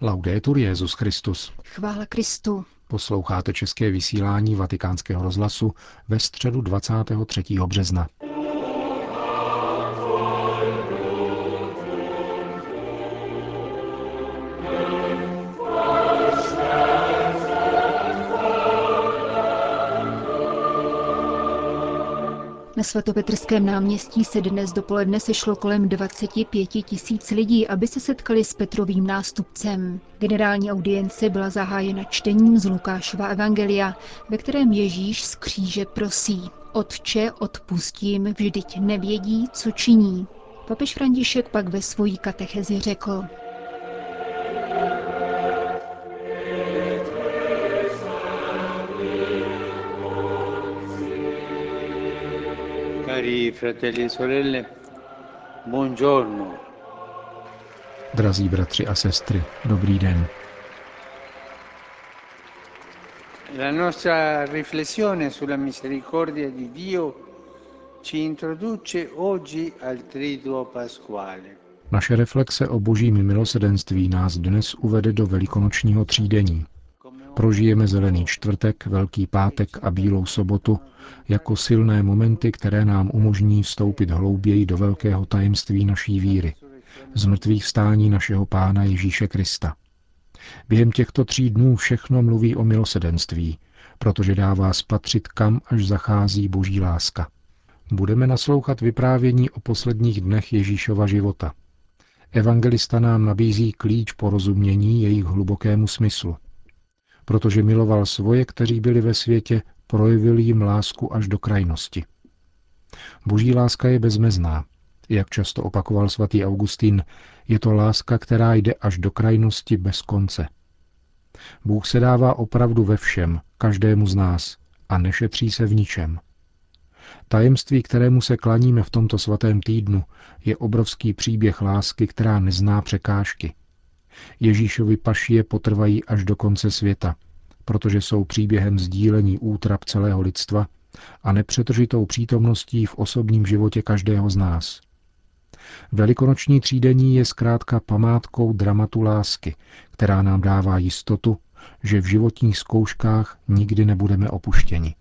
Laudetur Jesus Christus. Chvála Kristu. Posloucháte české vysílání Vatikánského rozhlasu ve středu 23. března. Na svatopetrském náměstí se dnes dopoledne sešlo kolem 25 000 lidí, aby se setkali s Petrovým nástupcem. Generální audience byla zahájena čtením z Lukášova evangelia, ve kterém Ježíš z kříže prosí: Otče, odpusť jim, vždyť nevědí, co činí. Papež František pak ve svojí katechezi řekl: Cari fratelli e sorelle, buongiorno. Drazí bratři a sestry, dobrý den. La nostra riflessione sulla misericordia di Dio ci introduce oggi al triduo pasquale. Naše reflexe o božím milosrdenství nás dnes uvede do velikonočního třídení. Prožijeme Zelený čtvrtek, Velký pátek a Bílou sobotu jako silné momenty, které nám umožní vstoupit hlouběji do velkého tajemství naší víry, zmrtvých vstání našeho Pána Ježíše Krista. Během těchto 3 dnů všechno mluví o milosrdenství, protože dává spatřit, kam až zachází boží láska. Budeme naslouchat vyprávění o posledních dnech Ježíšova života. Evangelista nám nabízí klíč porozumění jejich hlubokému smyslu. Protože miloval svoje, kteří byli ve světě, projevil jim lásku až do krajnosti. Boží láska je bezmezná. Jak často opakoval svatý Augustín, je to láska, která jde až do krajnosti bez konce. Bůh se dává opravdu ve všem, každému z nás, a nešetří se v ničem. Tajemství, kterému se klaníme v tomto svatém týdnu, je obrovský příběh lásky, která nezná překážky. Ježíšovi pašie potrvají až do konce světa, protože jsou příběhem sdílení útrap celého lidstva a nepřetržitou přítomností v osobním životě každého z nás. Velikonoční třídení je zkrátka památkou dramatu lásky, která nám dává jistotu, že v životních zkouškách nikdy nebudeme opuštěni.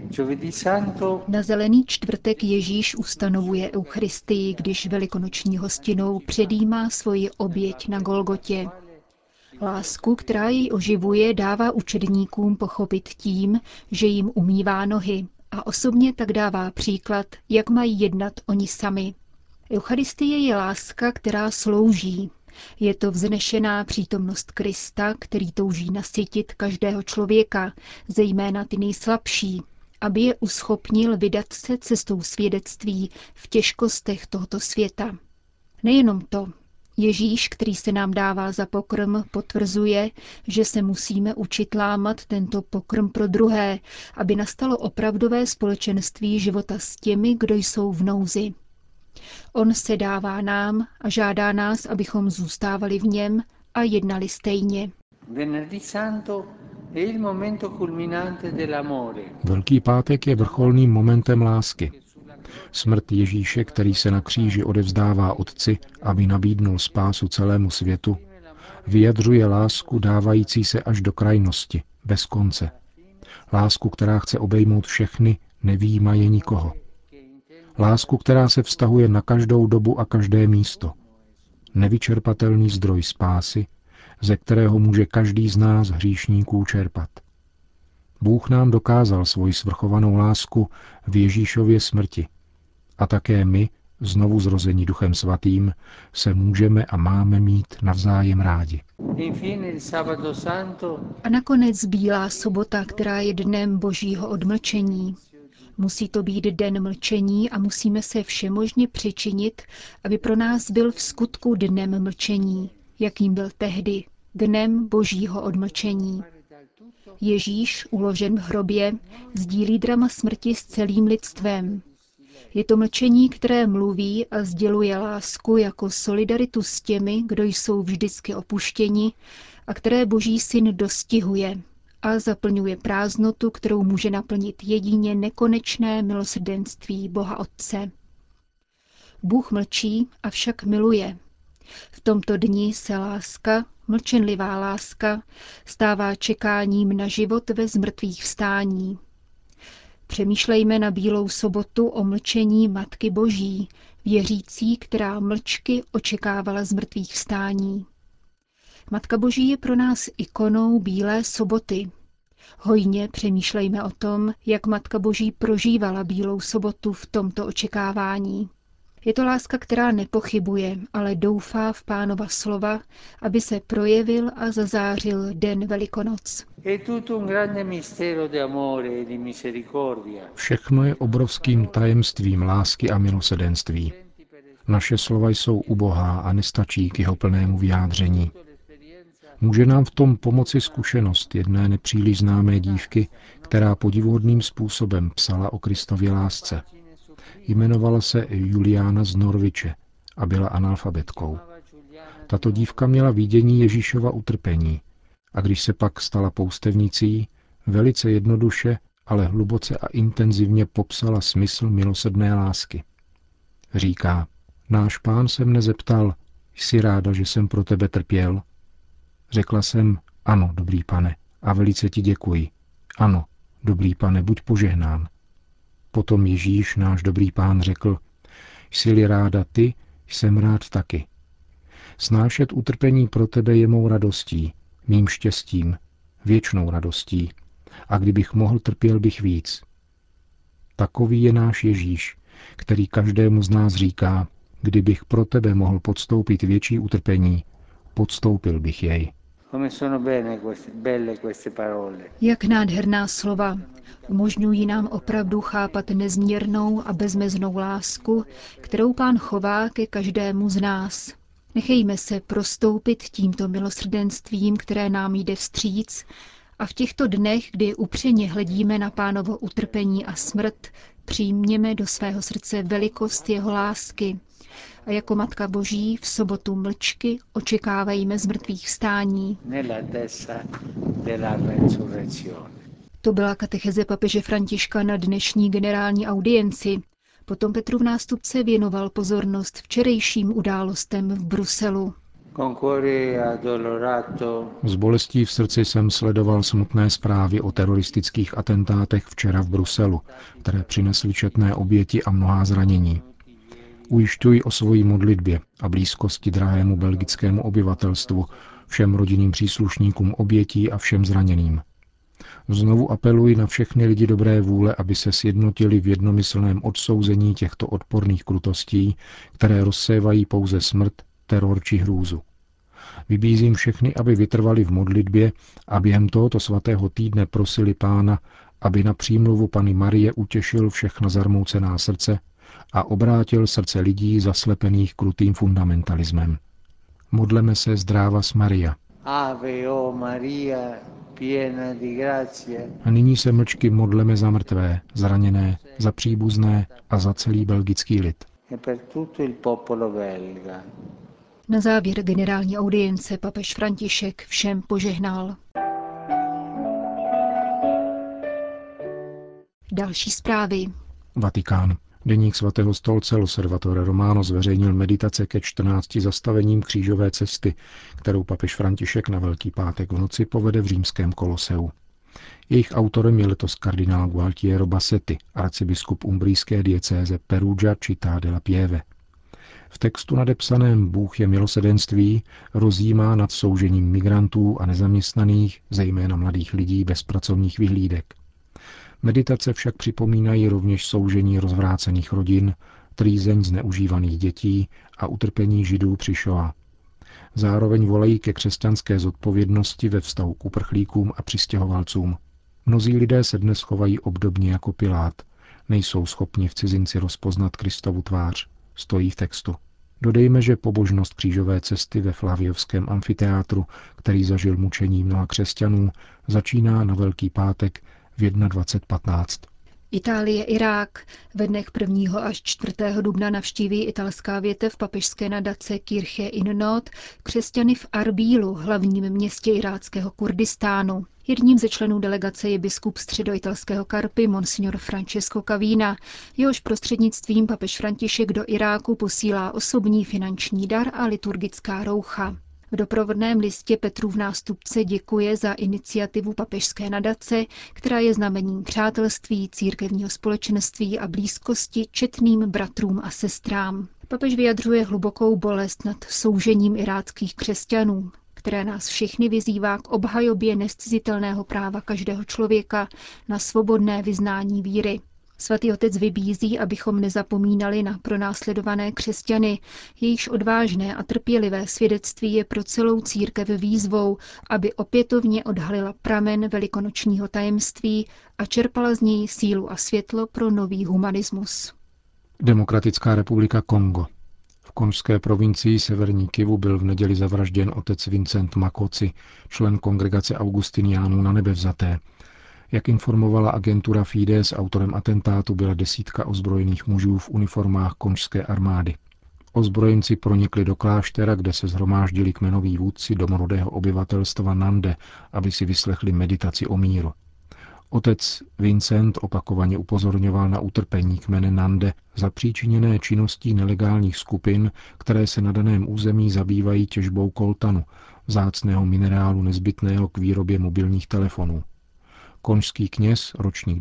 Na Zelený čtvrtek Ježíš ustanovuje Eucharistii, když velikonoční hostinou předjímá svoji oběť na Golgotě. Lásku, která jej oživuje, dává učedníkům pochopit tím, že jim umývá nohy a osobně tak dává příklad, jak mají jednat oni sami. Eucharistie je láska, která slouží. Je to vznešená přítomnost Krista, který touží nasytit každého člověka, zejména ty nejslabší, aby je uschopnil vydat se cestou svědectví v těžkostech tohoto světa. Nejenom to. Ježíš, který se nám dává za pokrm, potvrzuje, že se musíme učit lámat tento pokrm pro druhé, aby nastalo opravdové společenství života s těmi, kdo jsou v nouzi. On se dává nám a žádá nás, abychom zůstávali v něm a jednali stejně. Velký pátek je vrcholným momentem lásky. Smrt Ježíše, který se na kříži odevzdává Otci, aby nabídnul spásu celému světu, vyjadřuje lásku dávající se až do krajnosti, bez konce. Lásku, která chce obejmout všechny, nevyjímaje nikoho. Lásku, která se vztahuje na každou dobu a každé místo. Nevyčerpatelný zdroj spásy, ze kterého může každý z nás hříšníků čerpat. Bůh nám dokázal svoji svrchovanou lásku v Ježíšově smrti. A také my, znovu zrození Duchem Svatým, se můžeme a máme mít navzájem rádi. A nakonec Bílá sobota, která je dnem božího odmlčení. Musí to být den mlčení a musíme se všemožně přičinit, aby pro nás byl v skutku dnem mlčení, jakým byl tehdy, dnem božího odmlčení. Ježíš, uložen v hrobě, sdílí drama smrti s celým lidstvem. Je to mlčení, které mluví a sděluje lásku jako solidaritu s těmi, kdo jsou vždycky opuštěni a které Boží syn dostihuje a zaplňuje prázdnotu, kterou může naplnit jedině nekonečné milosrdenství Boha Otce. Bůh mlčí, avšak miluje. V tomto dni se láska, Mlčenlivá láska stává čekáním na život ve zmrtvých vstání. Přemýšlejme na Bílou sobotu o mlčení Matky Boží, věřící, která mlčky očekávala zmrtvých vstání. Matka Boží je pro nás ikonou Bílé soboty. Hojně přemýšlejme o tom, jak Matka Boží prožívala Bílou sobotu v tomto očekávání. Je to láska, která nepochybuje, ale doufá v Pánova slova, aby se projevil a zazářil den Velikonoc. Všechno je obrovským tajemstvím lásky a milosrdenství. Naše slova jsou ubohá a nestačí k jeho plnému vyjádření. Může nám v tom pomoci zkušenost jedné nepříliš známé dívky, která podivuhodným způsobem psala o Kristově lásce. Jmenovala se Juliána z Norwiche a byla analfabetkou. Tato dívka měla vidění Ježíšova utrpení a když se pak stala poustevnicí, velice jednoduše, ale hluboce a intenzivně popsala smysl milosrdné lásky. Říká, náš Pán se mne zeptal, jsi ráda, že jsem pro tebe trpěl? Řekla jsem, ano, dobrý Pane, a velice ti děkuji. Ano, dobrý Pane, buď požehnán. Potom Ježíš, náš dobrý Pán, řekl, jsi-li ráda ty, jsem rád taky. Snášet utrpení pro tebe je mou radostí, mým štěstím, věčnou radostí. A kdybych mohl, trpěl bych víc. Takový je náš Ježíš, který každému z nás říká, kdybych pro tebe mohl podstoupit větší utrpení, podstoupil bych jej. Jak nádherná slova. Umožňují nám opravdu chápat nezměrnou a bezmeznou lásku, kterou Pán chová ke každému z nás. Nechejme se prostoupit tímto milosrdenstvím, které nám jde vstříc, a v těchto dnech, kdy upřeně hledíme na Pánovo utrpení a smrt, přijměme do svého srdce velikost jeho lásky. A jako Matka Boží v sobotu mlčky očekávejme zmrtvých vstání. To byla katecheze papeže Františka na dnešní generální audienci. Potom Petrův nástupce věnoval pozornost včerejším událostem v Bruselu. S bolestí v srdci jsem sledoval smutné zprávy o teroristických atentátech včera v Bruselu, které přinesly četné oběti a mnohá zranění. Ujišťuji o svojí modlitbě a blízkosti drahému belgickému obyvatelstvu, všem rodinným příslušníkům obětí a všem zraněným. Znovu apeluji na všechny lidi dobré vůle, aby se sjednotili v jednomyslném odsouzení těchto odporných krutostí, které rozsévají pouze smrt, teror či hrůzu. Vybízím všechny, aby vytrvali v modlitbě a během tohoto svatého týdne prosili Pána, aby na přímluvu Panny Marie utěšil všechna zarmoucená srdce a obrátil srdce lidí zaslepených krutým fundamentalismem. Modleme se Zdravas Maria. Ave o Maria, piena di gratia. A nyní se mlčky modleme za mrtvé, zraněné, za příbuzné a za celý belgický lid. E per tutto il popolo belga. Na závěr generální audience papež František všem požehnal. Další zprávy. Vatikán. Deník svatého stolce L'Osservatore Romano zveřejnil meditace ke 14 zastavením křížové cesty, kterou papež František na Velký pátek v noci povede v římském Koloseu. Jejich autorem je letos kardinál Gualtiero Bassetti, arcibiskup umbrijské diecéze Perugia Città della Pieve. V textu nadepsaném Bůh je milosrdenství rozjímá nad soužením migrantů a nezaměstnaných, zejména mladých lidí bez pracovních vyhlídek. Meditace však připomínají rovněž soužení rozvrácených rodin, trýzeň zneužívaných dětí a utrpení Židů při Šoa. Zároveň volají ke křesťanské zodpovědnosti ve vztahu k uprchlíkům a přistěhovalcům. Mnozí lidé se dnes chovají obdobně jako Pilát. Nejsou schopni v cizinci rozpoznat Kristovu tvář. Stojí v textu. Dodejme, že pobožnost křížové cesty ve Flaviovském amfiteátru, který zažil mučení mnoha křesťanů, začíná na Velký pátek v 21:15. Itálie, Irák. Ve dnech 1. až 4. dubna navštíví italská větev papežské nadace Kirche in Not křesťany v Arbílu, hlavním městě iráckého Kurdistánu. Jedním ze členů delegace je biskup středoitalského Karpy, monsignor Francesco Cavina, jehož prostřednictvím papež František do Iráku posílá osobní finanční dar a liturgická roucha. V doprovodném listě Petrův nástupce děkuje za iniciativu papežské nadace, která je znamením přátelství, církevního společenství a blízkosti četným bratrům a sestrám. Papež vyjadřuje hlubokou bolest nad soužením iráckých křesťanů, které nás všechny vyzývá k obhajobě nezcizitelného práva každého člověka na svobodné vyznání víry. Svatý otec vybízí, abychom nezapomínali na pronásledované křesťany, jejichž odvážné a trpělivé svědectví je pro celou církev výzvou, aby opětovně odhalila pramen velikonočního tajemství a čerpala z něj sílu a světlo pro nový humanismus. Demokratická republika Kongo. V konžské provincii Severní Kivu byl v neděli zavražděn otec Vincent Makoci, člen kongregace Augustiniánů na Nebevzaté. Jak informovala agentura Fides, autorem atentátu byla desítka ozbrojených mužů v uniformách konžské armády. Ozbrojenci pronikli do kláštera, kde se shromáždili kmenoví vůdci domorodého obyvatelstva Nande, aby si vyslechli meditaci o míru. Otec Vincent opakovaně upozorňoval na utrpení kmene Nande zapříčiněné činností nelegálních skupin, které se na daném území zabývají těžbou koltanu, vzácného minerálu nezbytného k výrobě mobilních telefonů. Konžský kněz, ročník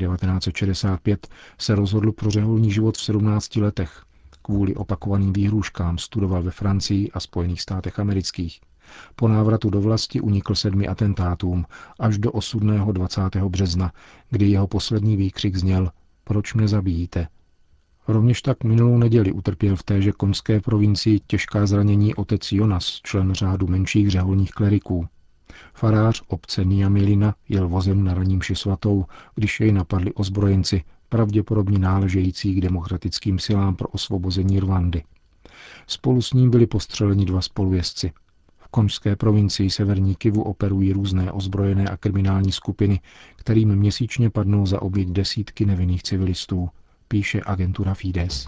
1965, se rozhodl pro řeholní život v 17 letech. Kvůli opakovaným výhrůžkám studoval ve Francii a Spojených státech amerických. Po návratu do vlasti unikl 7 atentátům až do osudného 20. března, kdy jeho poslední výkřik zněl: Proč mne zabíjíte? Rovněž tak minulou neděli utrpěl v téže konžské provincii těžká zranění otec Jonas, člen řádu menších řeholních kleriků. Farář obce Niamilina jel vozem na ranní mši svatou, když jej napadli ozbrojenci, pravděpodobně náležející k demokratickým silám pro osvobození Rwandy. Spolu s ním byli postřeleni 2 spolujezdci. V konžské provincii Severní Kivu operují různé ozbrojené a kriminální skupiny, kterým měsíčně padnou za oběť desítky nevinných civilistů, píše agentura Fides.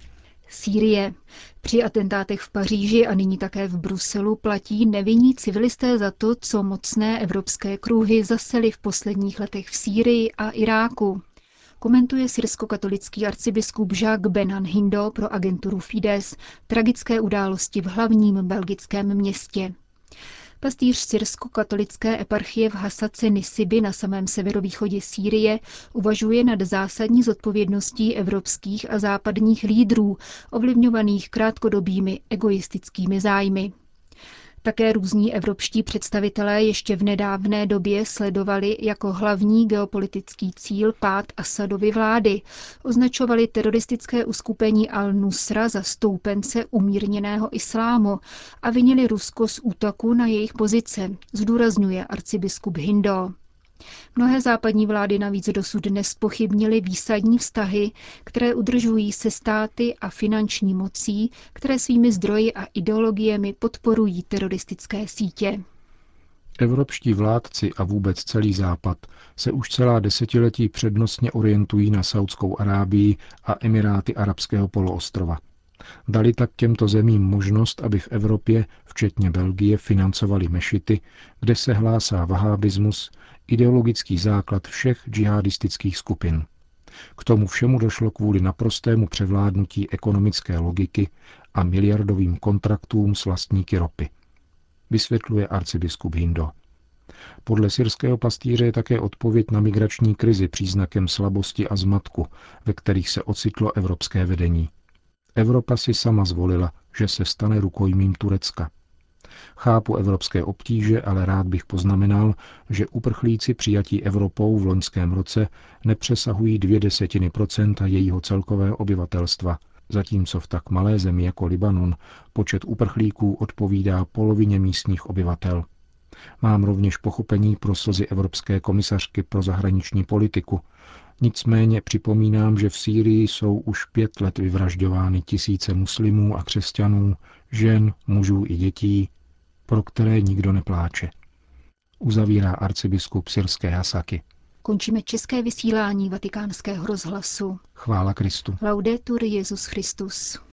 Sýrie. Při atentátech v Paříži a nyní také v Bruselu platí nevinní civilisté za to, co mocné evropské kruhy zasely v posledních letech v Sýrii a Iráku. Komentuje syrskokatolický arcibiskup Jacques Benan Hindo pro agenturu Fides tragické události v hlavním belgickém městě. Pastýř syrskokatolické eparchie v Hasace Nisibi na samém severovýchodě Sýrie uvažuje nad zásadní zodpovědností evropských a západních lídrů, ovlivňovaných krátkodobými egoistickými zájmy. Také různí evropští představitelé ještě v nedávné době sledovali jako hlavní geopolitický cíl pád Asadovy vlády, označovali teroristické uskupení Al-Nusra za stoupence umírněného islámu a vinili Rusko z útoku na jejich pozice, zdůrazňuje arcibiskup Hindo. Mnohé západní vlády navíc dosud nezpochybnily výsadní vztahy, které udržují se státy a finanční mocí, které svými zdroji a ideologiemi podporují teroristické sítě. Evropští vládci a vůbec celý Západ se už celá desetiletí přednostně orientují na Saudskou Arábii a Emiráty arabského poloostrova. Dali tak těmto zemím možnost, aby v Evropě, včetně Belgie, financovali mešity, kde se hlásá vahábismus, ideologický základ všech džihadistických skupin. K tomu všemu došlo kvůli naprostému převládnutí ekonomické logiky a miliardovým kontraktům s vlastníky ropy, vysvětluje arcibiskup Hindo. Podle syrského pastýře je také odpověď na migrační krizi příznakem slabosti a zmatku, ve kterých se ocitlo evropské vedení. Evropa si sama zvolila, že se stane rukojmím Turecka. Chápu evropské obtíže, ale rád bych poznamenal, že uprchlíci přijatí Evropou v loňském roce nepřesahují 0,2% jejího celkového obyvatelstva, zatímco v tak malé zemi jako Libanon počet uprchlíků odpovídá polovině místních obyvatel. Mám rovněž pochopení pro slzy Evropské komisařky pro zahraniční politiku. Nicméně připomínám, že v Sýrii jsou už 5 let vyvražďovány tisíce muslimů a křesťanů, žen, mužů i dětí, pro které nikdo nepláče. Uzavírá arcibiskup syrské Hasaky. Končíme české vysílání Vatikánského rozhlasu. Chvála Kristu. Laudetur Jesus Christus.